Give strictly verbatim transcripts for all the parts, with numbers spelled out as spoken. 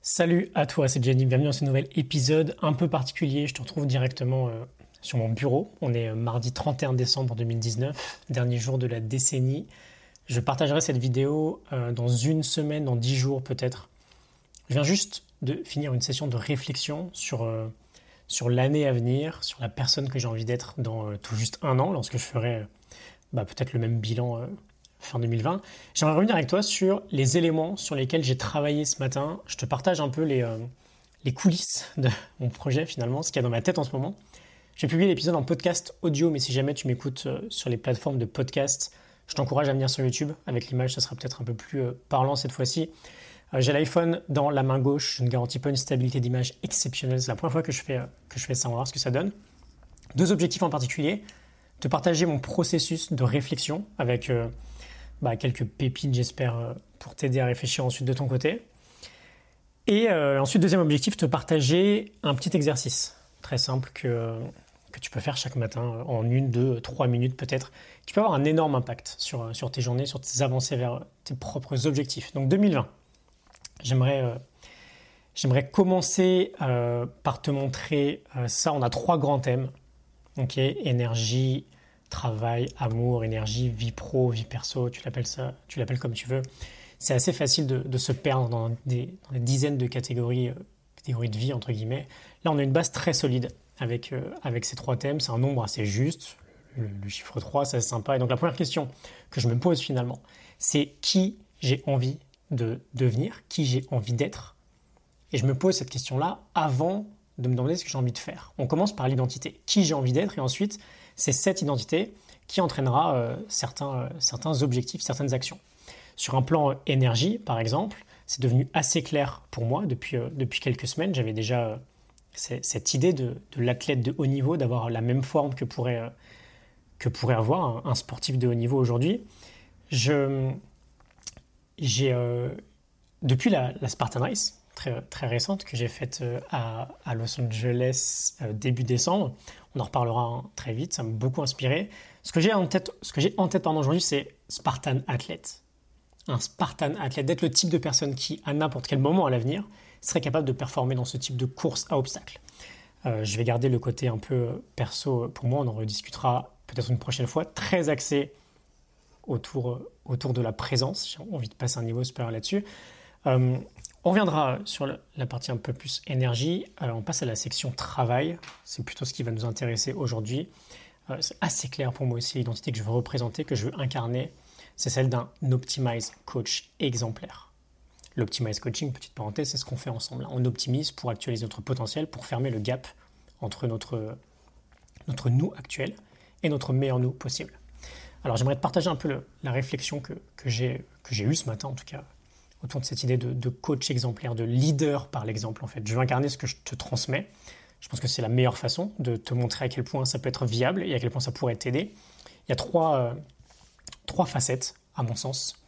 Salut à toi, c'est Jenny, bienvenue dans ce nouvel épisode un peu particulier. Je te retrouve directement euh, sur mon bureau. On est euh, mardi trente et un décembre deux mille dix-neuf, dernier jour de la décennie. Je partagerai cette vidéo euh, dans une semaine, dans dix jours peut-être. Je viens juste de finir une session de réflexion sur, euh, sur l'année à venir, sur la personne que j'ai envie d'être dans euh, tout juste un an, lorsque je ferai euh, bah, peut-être le même bilan euh, fin deux mille vingt. J'aimerais revenir avec toi sur les éléments sur lesquels j'ai travaillé ce matin. Je te partage un peu les, euh, les coulisses de mon projet finalement, ce qu'il y a dans ma tête en ce moment. J'ai publié l'épisode en podcast audio, mais si jamais tu m'écoutes euh, sur les plateformes de podcast, je t'encourage à venir sur YouTube. Avec l'image, ça sera peut-être un peu plus euh, parlant cette fois-ci. Euh, j'ai l'iPhone dans la main gauche. Je ne garantis pas une stabilité d'image exceptionnelle. C'est la première fois que je fais, euh, que je fais ça. On va voir ce que ça donne. Deux objectifs en particulier. Te partager mon processus de réflexion avec euh, bah, quelques pépites, j'espère, euh, pour t'aider à réfléchir ensuite de ton côté. Et euh, ensuite, deuxième objectif, te partager un petit exercice très simple que, euh, que tu peux faire chaque matin euh, en une, deux, trois minutes peut-être, qui peut avoir un énorme impact sur, euh, sur tes journées, sur tes avancées vers tes propres objectifs. Donc deux mille vingt, j'aimerais, euh, j'aimerais commencer euh, par te montrer euh, ça. On a trois grands thèmes. Ok, énergie, travail, amour, énergie, vie pro, vie perso, tu l'appelles ça, tu l'appelles comme tu veux. C'est assez facile de, de se perdre dans des, dans des dizaines de catégories, euh, catégories de vie entre guillemets. Là, on a une base très solide avec, euh, avec ces trois thèmes. C'est un nombre assez juste. Le, le chiffre trois, c'est sympa. Et donc la première question que je me pose finalement, c'est qui j'ai envie de devenir, qui j'ai envie d'être. Et je me pose cette question-là avant de me demander ce que j'ai envie de faire. On commence par l'identité, qui j'ai envie d'être, et ensuite, c'est cette identité qui entraînera euh, certains, euh, certains objectifs, certaines actions. Sur un plan euh, énergie, par exemple, c'est devenu assez clair pour moi depuis, euh, depuis quelques semaines. J'avais déjà euh, cette idée de, de l'athlète de haut niveau, d'avoir la même forme que pourrait, euh, que pourrait avoir un, un sportif de haut niveau aujourd'hui. Je, j'ai, euh, depuis la, la Spartan Race, Très, très récente que j'ai faite à, à Los Angeles euh, début décembre. On en reparlera hein, très vite, ça m'a beaucoup inspiré. Ce que j'ai en tête, ce que j'ai en tête pardon, aujourd'hui, c'est Spartan Athlète. Un Spartan Athlète, d'être le type de personne qui, à n'importe quel moment à l'avenir, serait capable de performer dans ce type de course à obstacles. Euh, je vais garder le côté un peu perso pour moi, on en rediscutera peut-être une prochaine fois, très axé autour, autour de la présence. J'ai envie de passer un niveau supérieur là-dessus. Euh, On reviendra sur la partie un peu plus énergie. Euh, on passe à la section travail. C'est plutôt ce qui va nous intéresser aujourd'hui. Euh, c'est assez clair pour moi aussi, l'identité que je veux représenter, que je veux incarner. C'est celle d'un Optimize Coach exemplaire. L'Optimize Coaching, petite parenthèse, c'est ce qu'on fait ensemble. On optimise pour actualiser notre potentiel, pour fermer le gap entre notre, notre nous actuel et notre meilleur nous possible. Alors j'aimerais te partager un peu le, la réflexion que, que, j'ai, que j'ai eue ce matin, en tout cas, autour de cette idée de, de coach exemplaire, de leader par l'exemple en fait. Je veux incarner ce que je te transmets. Je pense que c'est la meilleure façon de te montrer à quel point ça peut être viable et à quel point ça pourrait t'aider. Il y a trois, euh, trois facettes, à mon sens.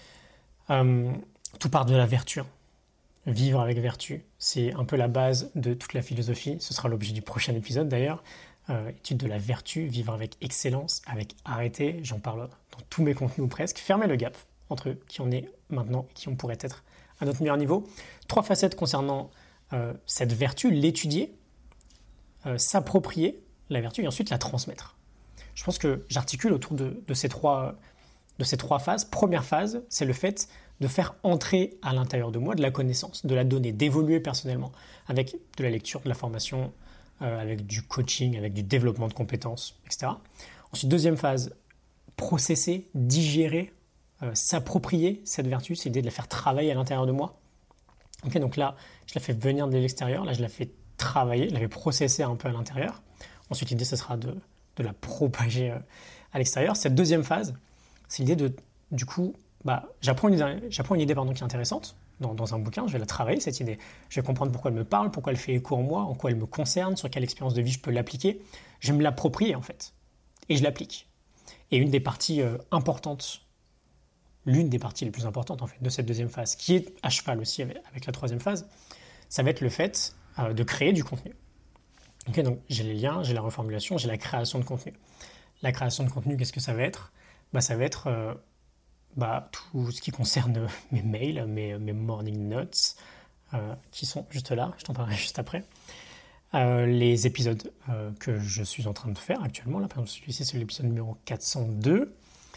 Euh, tout part de la vertu. Vivre avec vertu, c'est un peu la base de toute la philosophie. Ce sera l'objet du prochain épisode d'ailleurs. Euh, étude de la vertu, vivre avec excellence, avec arrêter. J'en parle dans tous mes contenus ou presque. Fermer le gap entre qui on est maintenant et qui on pourrait être à notre meilleur niveau. Trois facettes concernant euh, cette vertu, l'étudier, euh, s'approprier la vertu et ensuite la transmettre. Je pense que j'articule autour de, de, ces trois, de ces trois phases. Première phase, c'est le fait de faire entrer à l'intérieur de moi de la connaissance, de la donner, d'évoluer personnellement avec de la lecture, de la formation, euh, avec du coaching, avec du développement de compétences, et cetera. Ensuite, deuxième phase, processer, digérer, Euh, s'approprier cette vertu, c'est l'idée de la faire travailler à l'intérieur de moi. Okay, donc là, je la fais venir de l'extérieur, là je la fais travailler, je la fais processer un peu à l'intérieur. Ensuite, l'idée, ce sera de, de la propager euh, à l'extérieur. Cette deuxième phase, c'est l'idée de, du coup, bah, j'apprends une idée, j'apprends une idée pardon, qui est intéressante dans, dans un bouquin, je vais la travailler, cette idée. Je vais comprendre pourquoi elle me parle, pourquoi elle fait écho en moi, en quoi elle me concerne, sur quelle expérience de vie je peux l'appliquer. Je vais me l'approprier, en fait, et je l'applique. Et une des parties euh, importantes l'une des parties les plus importantes en fait, de cette deuxième phase, qui est à cheval aussi avec, avec la troisième phase, ça va être le fait euh, de créer du contenu. Okay, donc j'ai les liens, j'ai la reformulation, j'ai la création de contenu. La création de contenu, qu'est-ce que ça va être ? Bah, ça va être euh, bah, tout ce qui concerne mes mails, mes, mes morning notes, euh, qui sont juste là, je t'en parlerai juste après. Euh, les épisodes euh, que je suis en train de faire actuellement, là, par exemple celui-ci c'est l'épisode numéro quatre cent deux.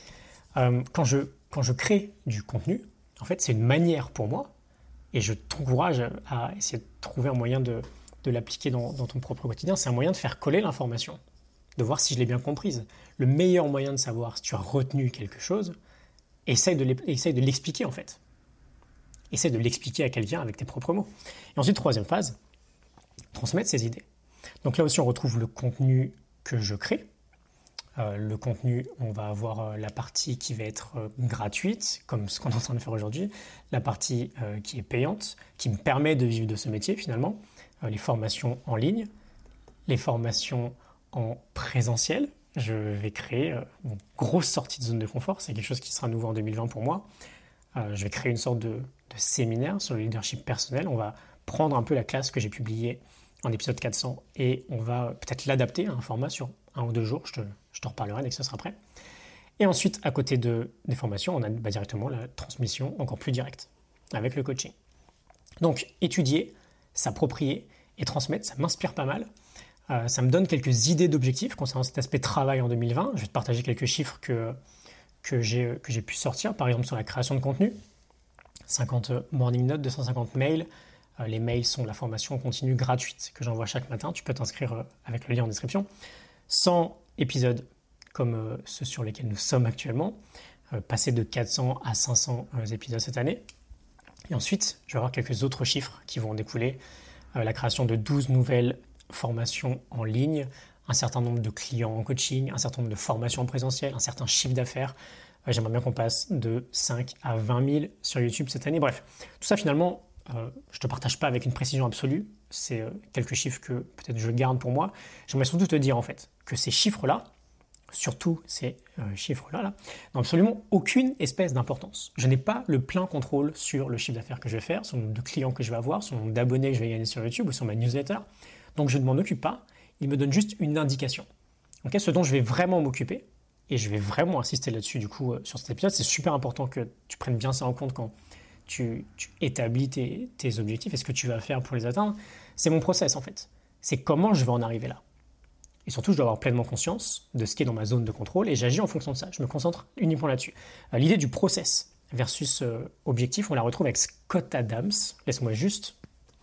Euh, quand, je, quand je crée du contenu, en fait c'est une manière pour moi, et je t'encourage à essayer de trouver un moyen de, de l'appliquer dans, dans ton propre quotidien, c'est un moyen de faire coller l'information, de voir si je l'ai bien comprise. Le meilleur moyen de savoir si tu as retenu quelque chose, essaye de, essaye de l'expliquer en fait. Essaye de l'expliquer à quelqu'un avec tes propres mots. Et ensuite, troisième phase, transmettre ses idées. Donc là aussi, on retrouve le contenu que je crée. Euh, le contenu, on va avoir euh, la partie qui va être euh, gratuite, comme ce qu'on est en train de faire aujourd'hui, la partie euh, qui est payante, qui me permet de vivre de ce métier finalement, euh, les formations en ligne, les formations en présentiel. Je vais créer euh, une grosse sortie de zone de confort, c'est quelque chose qui sera nouveau en deux mille vingt pour moi. Euh, je vais créer une sorte de, de séminaire sur le leadership personnel. On va prendre un peu la classe que j'ai publiée en épisode quatre cents et on va peut-être l'adapter à un format sur un ou deux jours, je te, je te reparlerai dès que ce sera prêt. Et ensuite, à côté de, des formations, on a bah, directement la transmission encore plus directe avec le coaching. Donc, étudier, s'approprier et transmettre, ça m'inspire pas mal. Euh, ça me donne quelques idées d'objectifs concernant cet aspect travail en deux mille vingt. Je vais te partager quelques chiffres que, que, j'ai, que j'ai pu sortir, par exemple sur la création de contenu. cinquante morning notes, deux cent cinquante mails. Euh, les mails sont la formation continue gratuite que j'envoie chaque matin. Tu peux t'inscrire euh, avec le lien en description. cent épisodes comme euh, ceux sur lesquels nous sommes actuellement, euh, passer de quatre cents à cinq cents euh, épisodes cette année. Et ensuite, je vais avoir quelques autres chiffres qui vont en découler. Euh, la création de douze nouvelles formations en ligne, un certain nombre de clients en coaching, un certain nombre de formations en présentiel, un certain chiffre d'affaires. Euh, j'aimerais bien qu'on passe de cinq à vingt mille sur YouTube cette année. Bref, tout ça finalement, euh, je ne te partage pas avec une précision absolue. C'est euh, quelques chiffres que peut-être je garde pour moi. J'aimerais surtout te dire en fait que ces chiffres-là, surtout ces euh, chiffres-là, là, n'ont absolument aucune espèce d'importance. Je n'ai pas le plein contrôle sur le chiffre d'affaires que je vais faire, sur le nombre de clients que je vais avoir, sur le nombre d'abonnés que je vais gagner sur YouTube ou sur ma newsletter. Donc je ne m'en occupe pas. Il me donne juste une indication. Okay, ce dont je vais vraiment m'occuper, et je vais vraiment insister là-dessus du coup euh, sur cet épisode, c'est super important que tu prennes bien ça en compte quand tu, tu établis tes, tes objectifs et ce que tu vas faire pour les atteindre. C'est mon process en fait. C'est comment je vais en arriver là. Et surtout, je dois avoir pleinement conscience de ce qui est dans ma zone de contrôle et j'agis en fonction de ça. Je me concentre uniquement là-dessus. Euh, l'idée du process versus euh, objectif, on la retrouve avec Scott Adams. Laisse-moi juste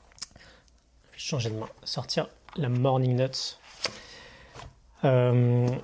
je vais changer de main, sortir la morning note. Euh,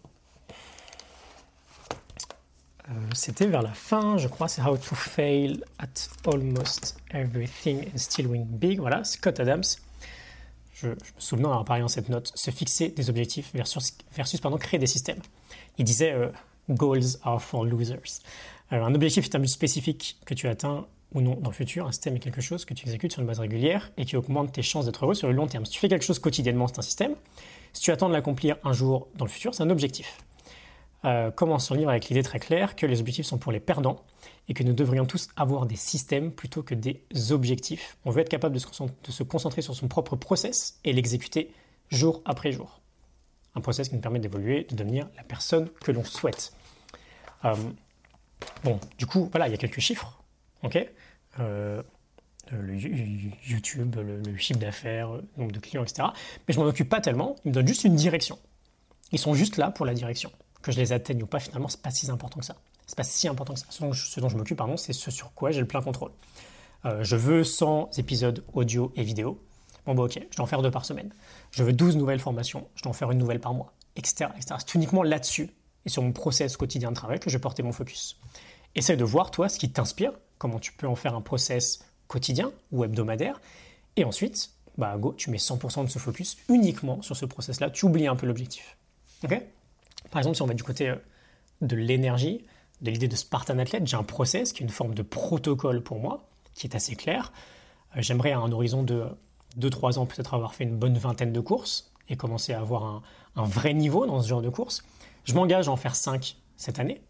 euh, c'était vers la fin, je crois, c'est How to Fail at Almost Everything and Still Win Big. Voilà, Scott Adams. Je, je me souviens en parlant de cette note, se fixer des objectifs versus, versus pardon, créer des systèmes. Il disait euh, Goals are for losers. Alors, un objectif est un but spécifique que tu atteins ou non dans le futur. Un système est quelque chose que tu exécutes sur une base régulière et qui augmente tes chances d'être heureux sur le long terme. Si tu fais quelque chose quotidiennement, c'est un système. Si tu attends de l'accomplir un jour dans le futur, c'est un objectif. Euh, commence son livre avec l'idée très claire que les objectifs sont pour les perdants et que nous devrions tous avoir des systèmes plutôt que des objectifs. On veut être capable de se, de se concentrer sur son propre process et l'exécuter jour après jour. Un process qui nous permet d'évoluer, de devenir la personne que l'on souhaite. Euh, bon, du coup, voilà, il y a quelques chiffres, ok euh, le YouTube, le, le chiffre d'affaires, le nombre de clients, et cetera. Mais je m'en occupe pas tellement, ils me donnent juste une direction. Ils sont juste là pour la direction. Que je les atteigne ou pas, finalement, c'est pas si important que ça. C'est pas si important que ça. Ce dont je, ce dont je m'occupe, pardon, c'est ce sur quoi j'ai le plein contrôle. Euh, je veux cent épisodes audio et vidéo. Bon, bah, ok, je dois en faire deux par semaine. Je veux douze nouvelles formations. Je dois en faire une nouvelle par mois, et cetera, et cetera. C'est uniquement là-dessus et sur mon process quotidien de travail que je vais porter mon focus. Essaye de voir, toi, ce qui t'inspire, comment tu peux en faire un process quotidien ou hebdomadaire. Et ensuite, bah, go, tu mets cent pour cent de ce focus uniquement sur ce process-là. Tu oublies un peu l'objectif. Ok ? Par exemple, si on va du côté de l'énergie, de l'idée de Spartan Athlete, j'ai un process qui est une forme de protocole pour moi, qui est assez clair. J'aimerais à un horizon de deux trois ans peut-être avoir fait une bonne vingtaine de courses et commencer à avoir un, un vrai niveau dans ce genre de courses. Je m'engage à en faire cinq cette année.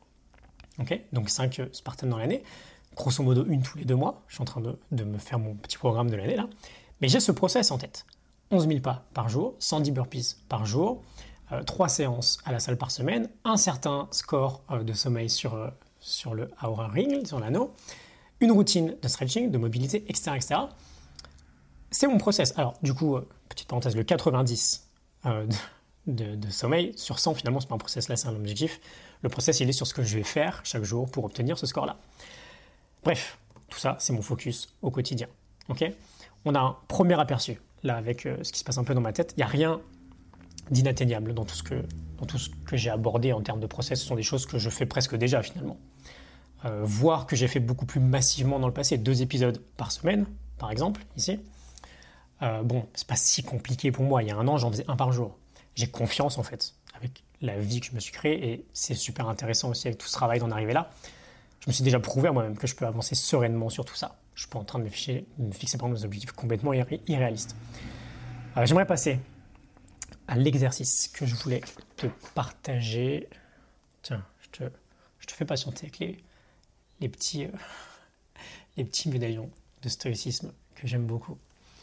Okay, donc cinq Spartans dans l'année. Grosso modo, une tous les deux mois. Je suis en train de, de me faire mon petit programme de l'année là. Mais j'ai ce process en tête. onze mille pas par jour, cent dix burpees par jour, euh, trois séances à la salle par semaine, un certain score euh, de sommeil sur, euh, sur le Oura Ring, sur l'anneau, une routine de stretching, de mobilité, et cetera, et cetera. C'est mon process. Alors, du coup, euh, petite parenthèse, le quatre-vingt-dix euh, de, de, de sommeil sur cent, finalement, c'est pas un process, là, c'est un objectif. Le process, il est sur ce que je vais faire chaque jour pour obtenir ce score-là. Bref, tout ça, c'est mon focus au quotidien. Okay, on a un premier aperçu, là, avec euh, ce qui se passe un peu dans ma tête. Il n'y a rien d'inatteignable dans tout ce que, dans tout ce que j'ai abordé en termes de process. Ce sont des choses que je fais presque déjà, finalement. Euh, voire que j'ai fait beaucoup plus massivement dans le passé, deux épisodes par semaine, par exemple, ici. Euh, bon, c'est pas si compliqué pour moi. Il y a un an, j'en faisais un par jour. J'ai confiance, en fait, avec la vie que je me suis créée, et c'est super intéressant aussi avec tout ce travail d'en arriver là. Je me suis déjà prouvé à moi-même que je peux avancer sereinement sur tout ça. Je suis pas en train de me fixer, me fixer par des objectifs complètement irré- irréalistes. Euh, j'aimerais passer à l'exercice que je voulais te partager. Tiens, je te, je te fais patienter avec les, les, petits, euh, les petits médaillons de stoïcisme que j'aime beaucoup.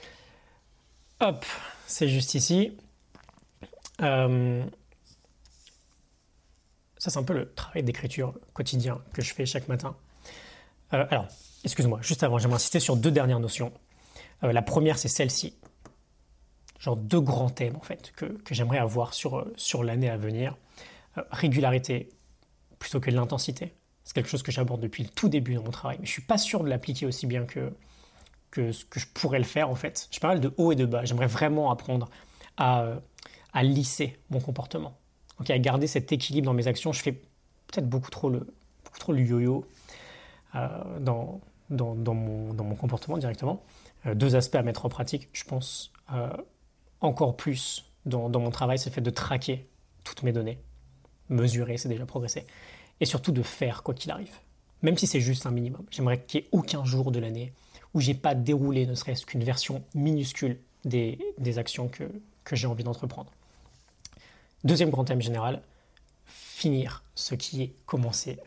Hop, c'est juste ici. Euh, ça, c'est un peu le travail d'écriture quotidien que je fais chaque matin. Euh, alors, excuse-moi, juste avant, j'aimerais insister sur deux dernières notions. Euh, la première, c'est celle-ci. Genre deux grands thèmes, en fait, que, que j'aimerais avoir sur, sur l'année à venir. Euh, régularité plutôt que l'intensité. C'est quelque chose que j'aborde depuis le tout début dans mon travail. Mais je ne suis pas sûr de l'appliquer aussi bien que, que ce que je pourrais le faire, en fait. J'ai pas mal de hauts et de bas. J'aimerais vraiment apprendre à, à lisser mon comportement. Okay, à garder cet équilibre dans mes actions. Je fais peut-être beaucoup trop le, beaucoup trop le yo-yo euh, dans, dans, dans, mon, dans mon comportement directement. Euh, deux aspects à mettre en pratique, je pense, euh, encore plus dans, dans mon travail, c'est le fait de traquer toutes mes données. Mesurer, c'est déjà progresser. Et surtout de faire quoi qu'il arrive. Même si c'est juste un minimum. J'aimerais qu'il n'y ait aucun jour de l'année où j'ai pas déroulé ne serait-ce qu'une version minuscule des, des actions que, que j'ai envie d'entreprendre. Deuxième grand thème général, finir ce qui est commencé.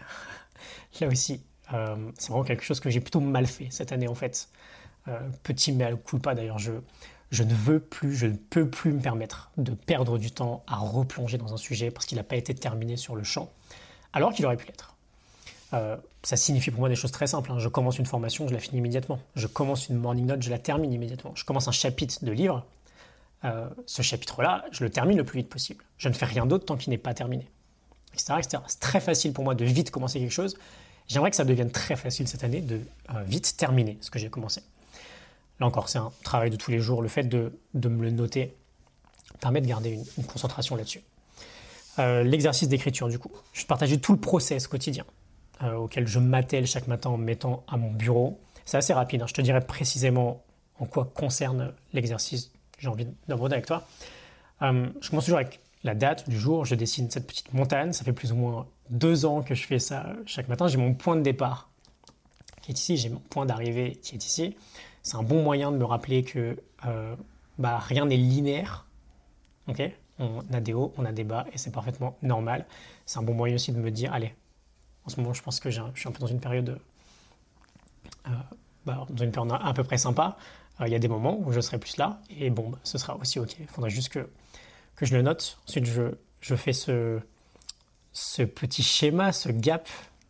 Là aussi, euh, c'est vraiment quelque chose que j'ai plutôt mal fait cette année en fait. Euh, petit mea culpa d'ailleurs, je, je ne veux plus, je ne peux plus me permettre de perdre du temps à replonger dans un sujet parce qu'il n'a pas été terminé sur le champ, alors qu'il aurait pu l'être. Euh, ça signifie pour moi des choses très simples. Hein. Je commence une formation, je la finis immédiatement. Je commence une morning note, je la termine immédiatement. Je commence un chapitre de livre, euh, ce chapitre-là, je le termine le plus vite possible. Je ne fais rien d'autre tant qu'il n'est pas terminé, et cetera, et cetera. C'est très facile pour moi de vite commencer quelque chose. J'aimerais que ça devienne très facile cette année de euh, vite terminer ce que j'ai commencé. Là encore, c'est un travail de tous les jours. Le fait de, de me le noter permet de garder une, une concentration là-dessus. Euh, l'exercice d'écriture, du coup. Je vais te partager tout le process quotidien euh, auquel je m'attelle chaque matin en me mettant à mon bureau. C'est assez rapide. Hein. Je te dirai précisément en quoi concerne l'exercice que j'ai envie d'aborder avec toi. Euh, je commence toujours avec la date du jour. Je dessine cette petite montagne. Ça fait plus ou moins deux ans que je fais ça chaque matin. J'ai mon point de départ qui est ici. J'ai mon point d'arrivée qui est ici. C'est un bon moyen de me rappeler que euh, bah, rien n'est linéaire. Okay, on a des hauts, on a des bas et c'est parfaitement normal. C'est un bon moyen aussi de me dire, allez, en ce moment je pense que j'ai un, je suis un peu dans une période, euh, bah, dans une période à peu près sympa. Euh, il y a des moments où je serai plus là et bon, bah, ce sera aussi ok. Il faudra juste que, que je le note. Ensuite, je, je fais ce, ce petit schéma, ce gap.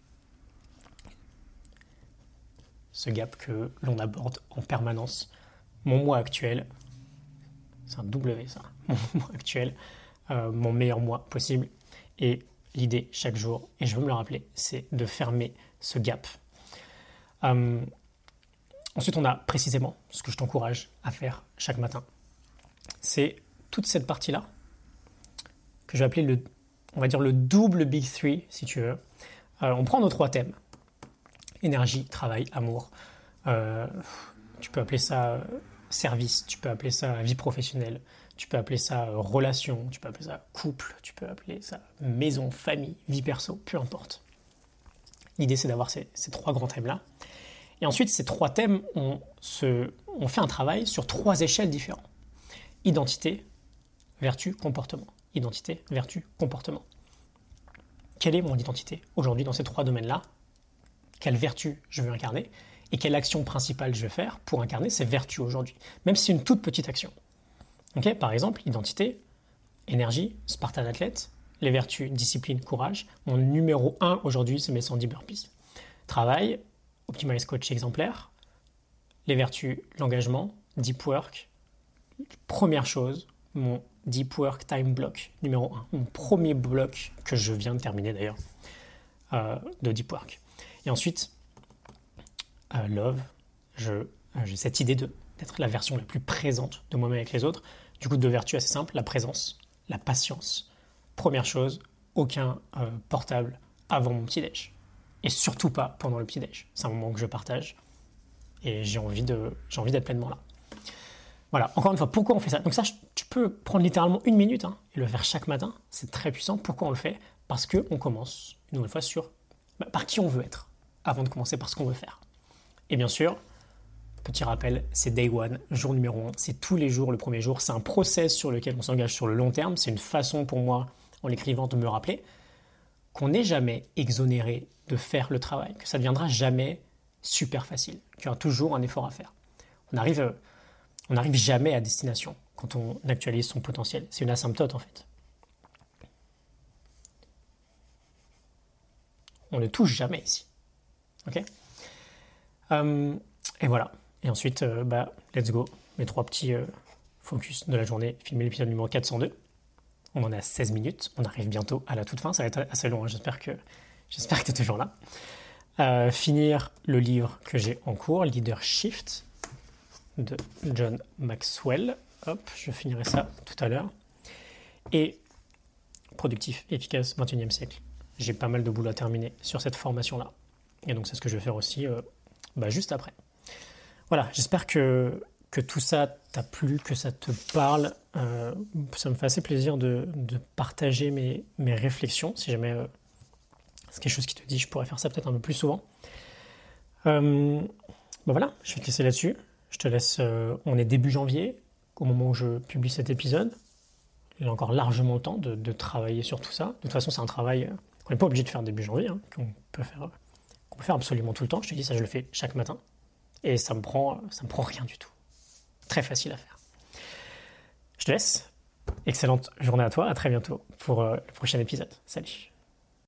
Ce gap que l'on aborde en permanence. Mon mois actuel, c'est un W ça, mon mois actuel, euh, mon meilleur mois possible. Et l'idée chaque jour, et je veux me le rappeler, c'est de fermer ce gap. Euh, ensuite, on a précisément ce que je t'encourage à faire chaque matin. C'est toute cette partie-là, que je vais appeler le, on va dire le double Big Three, si tu veux. Euh, on prend nos trois thèmes. Énergie, travail, amour. Euh, tu peux appeler ça euh, service, tu peux appeler ça vie professionnelle, tu peux appeler ça euh, relation, tu peux appeler ça couple, tu peux appeler ça maison, famille, vie perso, peu importe. L'idée, c'est d'avoir ces, ces trois grands thèmes-là. Et ensuite, ces trois thèmes, on, se, on fait un travail sur trois échelles différentes. Identité, vertu, comportement. Identité, vertu, comportement. Quelle est mon identité aujourd'hui dans ces trois domaines-là ? Quelle vertu je veux incarner et quelle action principale je vais faire pour incarner ces vertus aujourd'hui, même si c'est une toute petite action. Okay, par exemple, identité, énergie, Spartan athlète, les vertus, discipline, courage. Mon numéro un aujourd'hui, c'est mes cent dix burpees. Travail, Optimize Coach exemplaire. Les vertus, l'engagement, Deep Work. Première chose, mon Deep Work Time Block numéro un. Mon premier bloc que je viens de terminer d'ailleurs euh, de Deep Work. Et ensuite, euh, Love, je, euh, j'ai cette idée de, d'être la version la plus présente de moi-même avec les autres. Du coup, deux vertus assez simples, la présence, la patience. Première chose, aucun euh, portable avant mon petit-déj. Et surtout pas pendant le petit-déj. C'est un moment que je partage et j'ai envie, de, j'ai envie d'être pleinement là. Voilà, encore une fois, pourquoi on fait ça? Donc ça, tu peux prendre littéralement une minute hein, et le faire chaque matin. C'est très puissant. Pourquoi on le fait? Parce qu'on commence, une nouvelle fois, sur bah, par qui on veut être avant de commencer par ce qu'on veut faire. Et bien sûr, petit rappel, c'est day one, jour numéro un. C'est tous les jours, le premier jour. C'est un process sur lequel on s'engage sur le long terme. C'est une façon pour moi, en l'écrivant, de me rappeler qu'on n'est jamais exonéré de faire le travail, que ça ne deviendra jamais super facile, qu'il y aura toujours un effort à faire. On arrive, on n'arrive jamais à destination quand on actualise son potentiel. C'est une asymptote en fait. On ne touche jamais ici. Ok euh, Et voilà. Et ensuite, euh, bah, let's go. Mes trois petits euh, focus de la journée. Filmer l'épisode numéro quatre cent deux. On en est à seize minutes. On arrive bientôt à la toute fin. Ça va être assez long. Hein. J'espère que, j'espère que tu es toujours là. Euh, finir le livre que j'ai en cours, Leadership, de John Maxwell. Hop, je finirai ça tout à l'heure. Et productif, efficace, vingt et unième siècle. J'ai pas mal de boulot à terminer sur cette formation-là. Et donc, c'est ce que je vais faire aussi euh, bah, juste après. Voilà, j'espère que, que tout ça t'a plu, que ça te parle. Euh, ça me fait assez plaisir de, de partager mes, mes réflexions. Si jamais euh, c'est quelque chose qui te dit, je pourrais faire ça peut-être un peu plus souvent. Euh, ben voilà, je vais te laisser là-dessus. Je te laisse, euh, on est début janvier, au moment où je publie cet épisode. Il y a encore largement le temps de, de travailler sur tout ça. De toute façon, c'est un travail euh, qu'on n'est pas obligé de faire début janvier, hein, qu'on peut faire, qu'on peut faire absolument tout le temps. Je te dis ça, je le fais chaque matin. Et ça me prend, ça me prend rien du tout. Très facile à faire. Je te laisse. Excellente journée à toi. À très bientôt pour euh, le prochain épisode. Salut.